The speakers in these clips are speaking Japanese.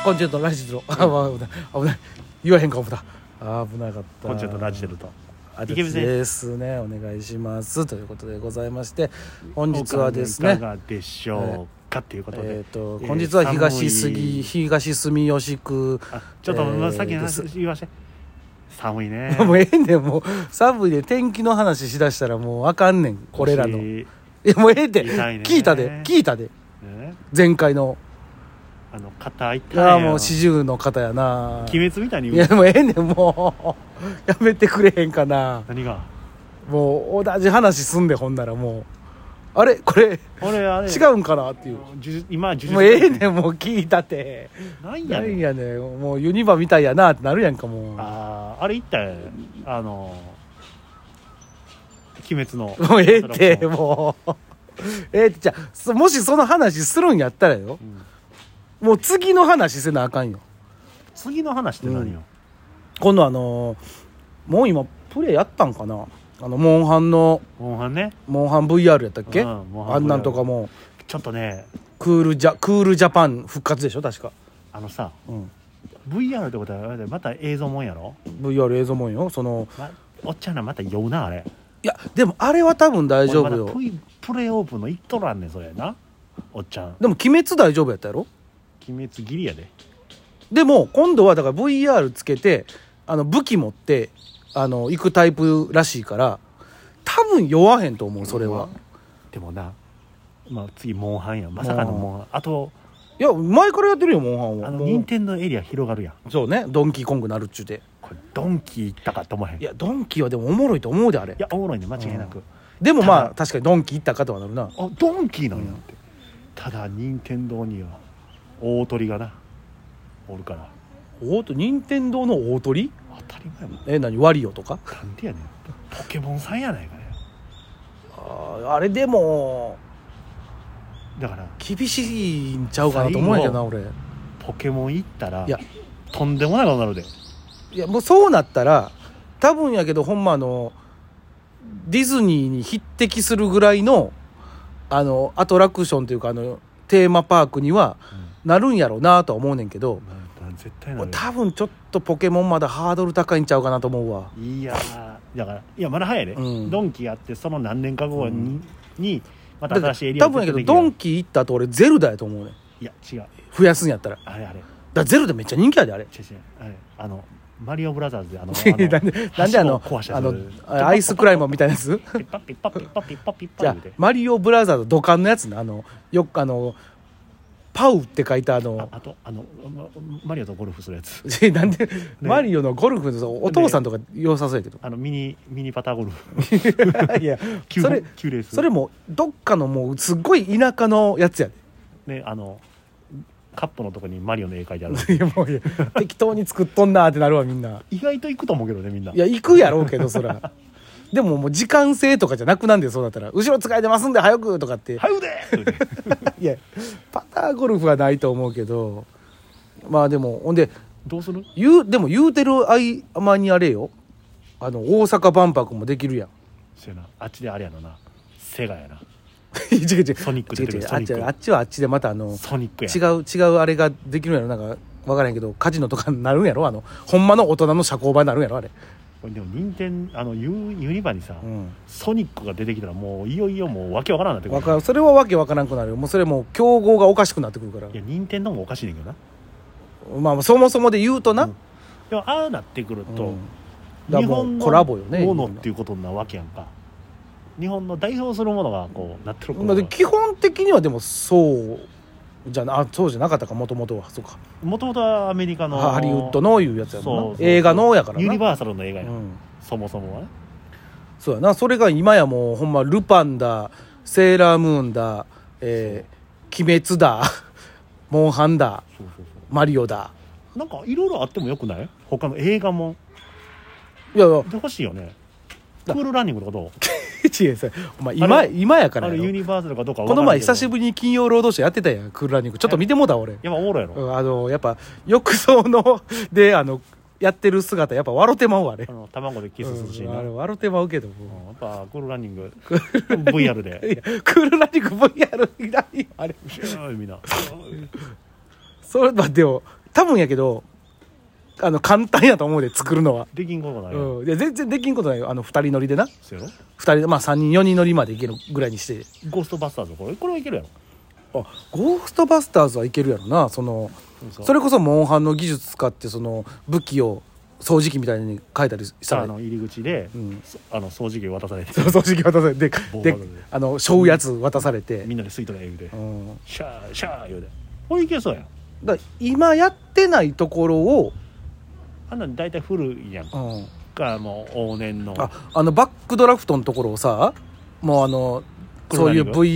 コンチェルトラジドル危ない言わへんかもだ危なかったコンチェルトラジドルとですねお願いしますということでございまして本日はですねいかがでしょうかっていうことで、 本日は東住吉区ちょっとさっきの話言わして寒いねもうええねんもう寒いで天気の話しだしたらもうあかんねんこれらのもうええで、 ね、 聞いたで、ね、前回の肩痛いもう40の方やな鬼滅みたいにいやもうええねんもうやめてくれへんかな何がもう同じ話すんでほんならもうあれこれ違うんかなっていう今もうええねんもう聞いたってなんやねんもうユニバみたいやなってなるやんかもうあれ言ったよ鬼滅のもうええってもうじゃあもしその話するんやったらよ、もう次の話せなあかんよ次の話って何よ、 今度もう今プレイやったんかなモンハンねモンハン VR やったっけ、 あんなんとかもちょっとねクールジャパン復活でしょ確かさ、VR ってことはまた映像もんやろ VR 映像もんよおっちゃんらまた酔うなあれいやでもあれは多分大丈夫よ、 ま、プレイオープンの一とらんねんそれなおっちゃんでも鬼滅大丈夫やったやろ鬼滅ギリやででも今度はだから VR つけて武器持って行くタイプらしいから多分酔わへんと思うそれは、 でもな、次モンハンやまさかのモンハンあといや前からやってるよモンハンは任天堂エリア広がるやんそうねドンキーコングなるっちゅうてこれドンキー行ったかと思へんいやドンキーはでもおもろいと思うであれいやおもろいね間違いなく、 でも確かにドンキー行ったかとはなるなドンキーなんやって、ただ任天堂には大鳥がなおるから任天堂の大鳥当たり前もん何ワリオとかなんでやねんポケモンさんやないかよあれでもだから厳しいんちゃうかなと思うんやけどな俺ポケモン行ったらいやとんでもないことになるでいやもうそうなったら多分やけどほんまディズニーに匹敵するぐらいのアトラクションというかテーマパークにはなるんやろうなとは思うねんけど、 絶対なる多分ちょっとポケモンまだハードル高いんちゃうかなと思うわいやだからいやまだ早いで、ドンキやってその何年か後にまた新しいエリア多分やけどドンキ行った後俺ゼルダやと思うねんいや違う増やすんやったらだゼルダめっちゃ人気やであれマリオブラザーズでなんでアイスクライマーみたいなやつピッパピッパピッパピッパピッパじゃあマリオブラザーズ土管のやつなよくパウって書いたあとマリオとゴルフするやつなんで、マリオのゴルフのお父さんとか良さそうやけどミニパターゴルフいやそれもどっかのもうすっごい田舎のやつやでねカップのとこにマリオの絵描いてあるいやもう適当に作っとんなーってなるわみんな意外と行くと思うけどねみんないや行くやろうけどそらでももう時間制とかじゃなくなんでそうだったら後ろ使えてますんで早くとかって早くでいやパターゴルフはないと思うけどまあでもほんでどうするでも言うてる合間にあれよ大阪万博もできるやんそうやなあっちであれやろなセガやな違うソニック出てくるソニックあっちはあっちでまたソニックや違うあれができるんやろなんか分からへんけどカジノとかになるんやろほんまの大人の社交場になるんやろあれでもユニバにさ、ソニックが出てきたらもういよいよもうわけわからんなってくるそれはわけわからんくなるよもうそれもう競合がおかしくなってくるからいや任天堂もおかしいねんけどなまあそもそもで言うとな、 でもああなってくると、 日本のコラボよねものっていうことなわけやんか日本の代表するものがこうなってることが基本的にはでもそうじゃなかったかもともとはそうかもともとはアメリカのハリウッドのいうやつやもんな映画のやからなユニバーサルの映画や、そもそもはねそうやなそれが今やもうほんまルパンだセーラームーンだ、鬼滅だモンハンだマリオだなんかいろいろあってもよくない他の映画もいやで欲しいよねクールランニングとかどう違うお前今やからやろユニバーサルかどうかこの前久しぶりに金曜ロードショーやってたやんクールランニングちょっと見てもうた俺やっぱおもろいやろやっぱ浴槽のでやってる姿やっぱ笑ってまうわあれ卵でキスするしな、 笑ってまうけどやっぱクールランニング VR でクールランニング VR いらんよあれみんなそれでも多分やけど簡単やと思うで作るのは。 できんことないよ、 うん、いや全然できんことないよ。2人乗りでな。 そうやろ。 2人まあ3人4人乗りまでいけるぐらいにして。 ゴーストバスターズこれはいけるやろ。 ゴーストバスターズはいけるやろな。それこそモンハンの技術使って武器を掃除機みたいに変えたりしたら、 入り口で、掃除機渡されて、 掃除機渡されてでしょうやつ渡されて、 みんなで吸い取れ言うて、シャーシャー言うて、これいけそうや。 だ今やってないところをあんなに大体古いやんか、もう往年のバックドラフトのところをさ、もうそういう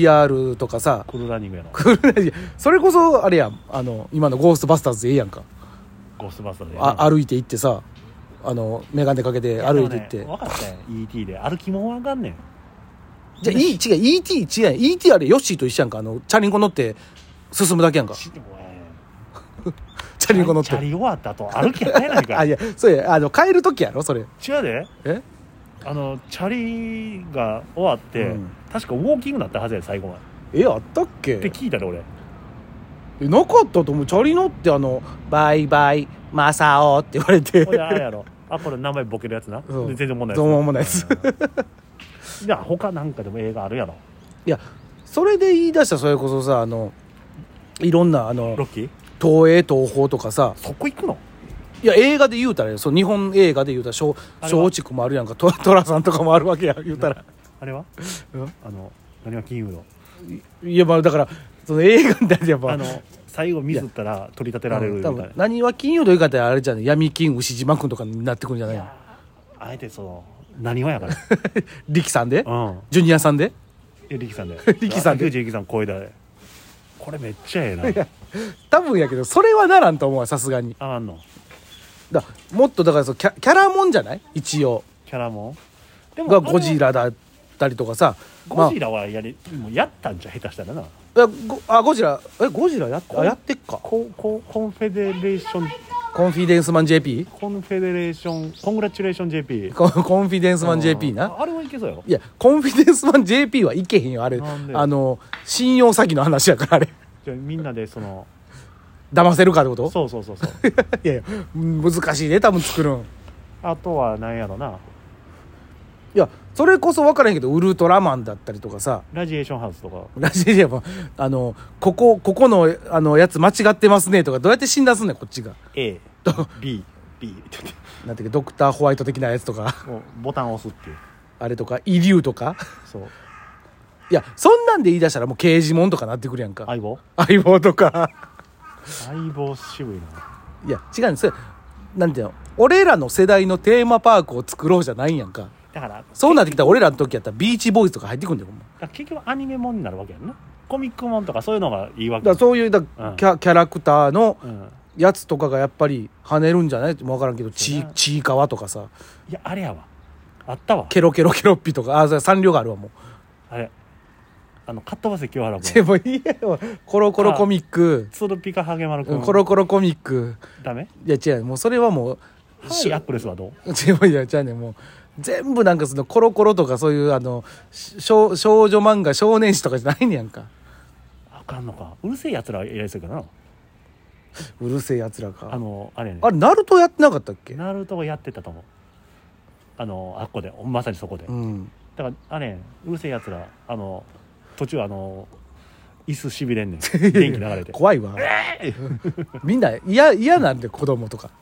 VR とかさ、 クルラニングやろ。 それこそあれやん、今のゴーストバスターズでええやんか。 ゴーストバスターズで歩いて行ってさ、メガネかけて歩いて行って、 分かったよ ET で歩きもんわかんねん。 じゃあ違う ET 違う ET あれヨッシーと一緒やんか。チャリンコ乗って進むだけやんか。チャリンコ乗ってチャリ終わった後歩きやないないか。 いやそうや帰る時やろそれ。 違うで、チャリが終わって、確かウォーキングになったはずや最後まで。 あったっけって聞いたで俺。 なかったと思う。チャリ乗ってバイバイマサオって言われて、 あれやろ、これ名前ボケるやつな、全然問題ないです。 どうも問題ですいや他なんかでも映画あるやろ。 いやそれで言い出したらそれこそさいろんなロッキー東映東宝とかさ、 そこ行くの。 いや映画で言うたら日本映画で言うたら松竹もあるやんか、寅さんとかもあるわけや言うたら。 あれは何は金融の。 いやまあだから映画みたいなやっぱ最後ミスったら取り立てられるみたいな。 何は金曜というかってあれじゃない、闇金牛島君とかになってくるんじゃないの。 あえて何はやから力さんで、ジュニアさんで、 力さんで力さんで力さん声でこれめっちゃええな。 いや多分やけどそれはならんと思うわさすがに。 あんのもっとだからキャラもんじゃない、一応キャラもんでもがゴジラだったりとかさ。 ゴジラはもうやったんじゃ下手したらな。 ゴジラやってっか。 コンフェデレーションコンフィデンスマン JP コンフェデレーションコングラチュレーション JP コンフィデンスマン JP な。 あれはいけそうよ。 いやコンフィデンスマン JP はいけへんよあれ。信用詐欺の話やからあれ。 じゃあみんなで騙せるかってこと。 そういや難しいね多分作るん。あとは何やろな。 いやそれこそ分からへんけどウルトラマンだったりとかさ、 ラジエーションハウスとか、 ラジエーションここのやつ間違ってますねとかどうやって診断すんねんこっちが。 A B なんていうかドクターホワイト的なやつとかボタンを押すっていうあれとかイリューとか。 そういやそんなんで言い出したらもう刑事もんとかなってくるやんか。 相棒とか相棒渋いな。 いや違うんですよ。なんていうの、俺らの世代のテーマパークを作ろうじゃないんやんか。 だからそうなってきたら俺らの時やったらビーチボーイズとか入ってくるんだよ。 だ結局アニメもんになるわけやんな。コミックもんとかそういうのがいいわけだからそういうキャラクターのやつとかがやっぱり跳ねるんじゃないって分からんけど、ちいかわとかさ。 いやあれやわ、あったわ、 ケロケロケロッピとか。それサンリオがあるわもう。 あれかっ飛ばせ清原君。 でもいいやよ、コロコロコミック、 ツルピカハゲマル君、 コロコロコミックダメ。 いや違う、もうそれはもうハイアップレスはどう。 いや違うね、もう全部なんかコロコロとかそういう少女漫画少年誌とかじゃないねやんか。 あかんのか。うるせえやつらやりそうやけどな。 うるせえやつらか。 あれね、 あれナルトやってなかったっけ。 ナルトがやってたと思う。あっこでまさにそこで、だからうるせえやつら途中椅子しびれんねん電気流れて怖いわ、みんな嫌なんで子供とか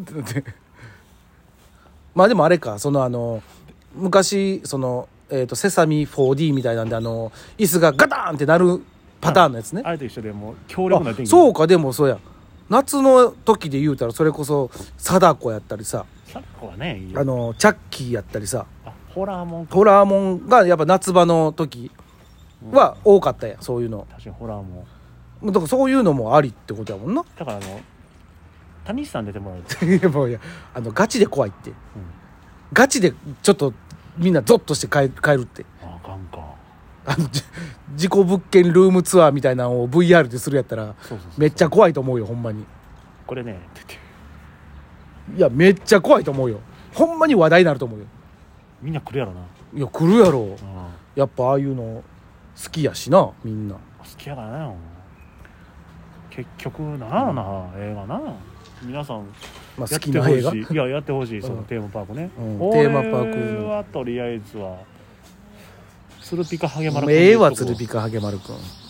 まあでもあれか、昔セサミ 4D みたいなんで椅子がガタンってなるパターンのやつね。 あれと一緒でもう強力な電気。 そうか、でもそうや、夏の時で言うたらそれこそ貞子やったりさ、 貞子はねいいよ。 チャッキーやったりさ、 ホラーもんがやっぱ夏場の時は多かったやん、そういうの。 確かにホラーもだからそういうのもありってことやもんな。 だから谷さん出てもらうともういやガチで怖いって、ガチでちょっとみんなゾッとして帰るって。 あかんか。 事故物件ルームツアーみたいなのを VR でするやったらめっちゃ怖いと思うよ、ほんまに。 これね、 いやめっちゃ怖いと思うよ、ほんまに話題になると思うよ。 みんな来るやろな。 いや来るやろ、やっぱああいうの好きやしな、みんな。 好きやからな。 結局なんやろな、映画な皆さんまあ、好やってほきな映画しい。いややってほしい、そのテーマパークね、 テーマパーク俺はとりあえずは鶴ピカハゲマルくんええわ鶴ピカハゲマルくん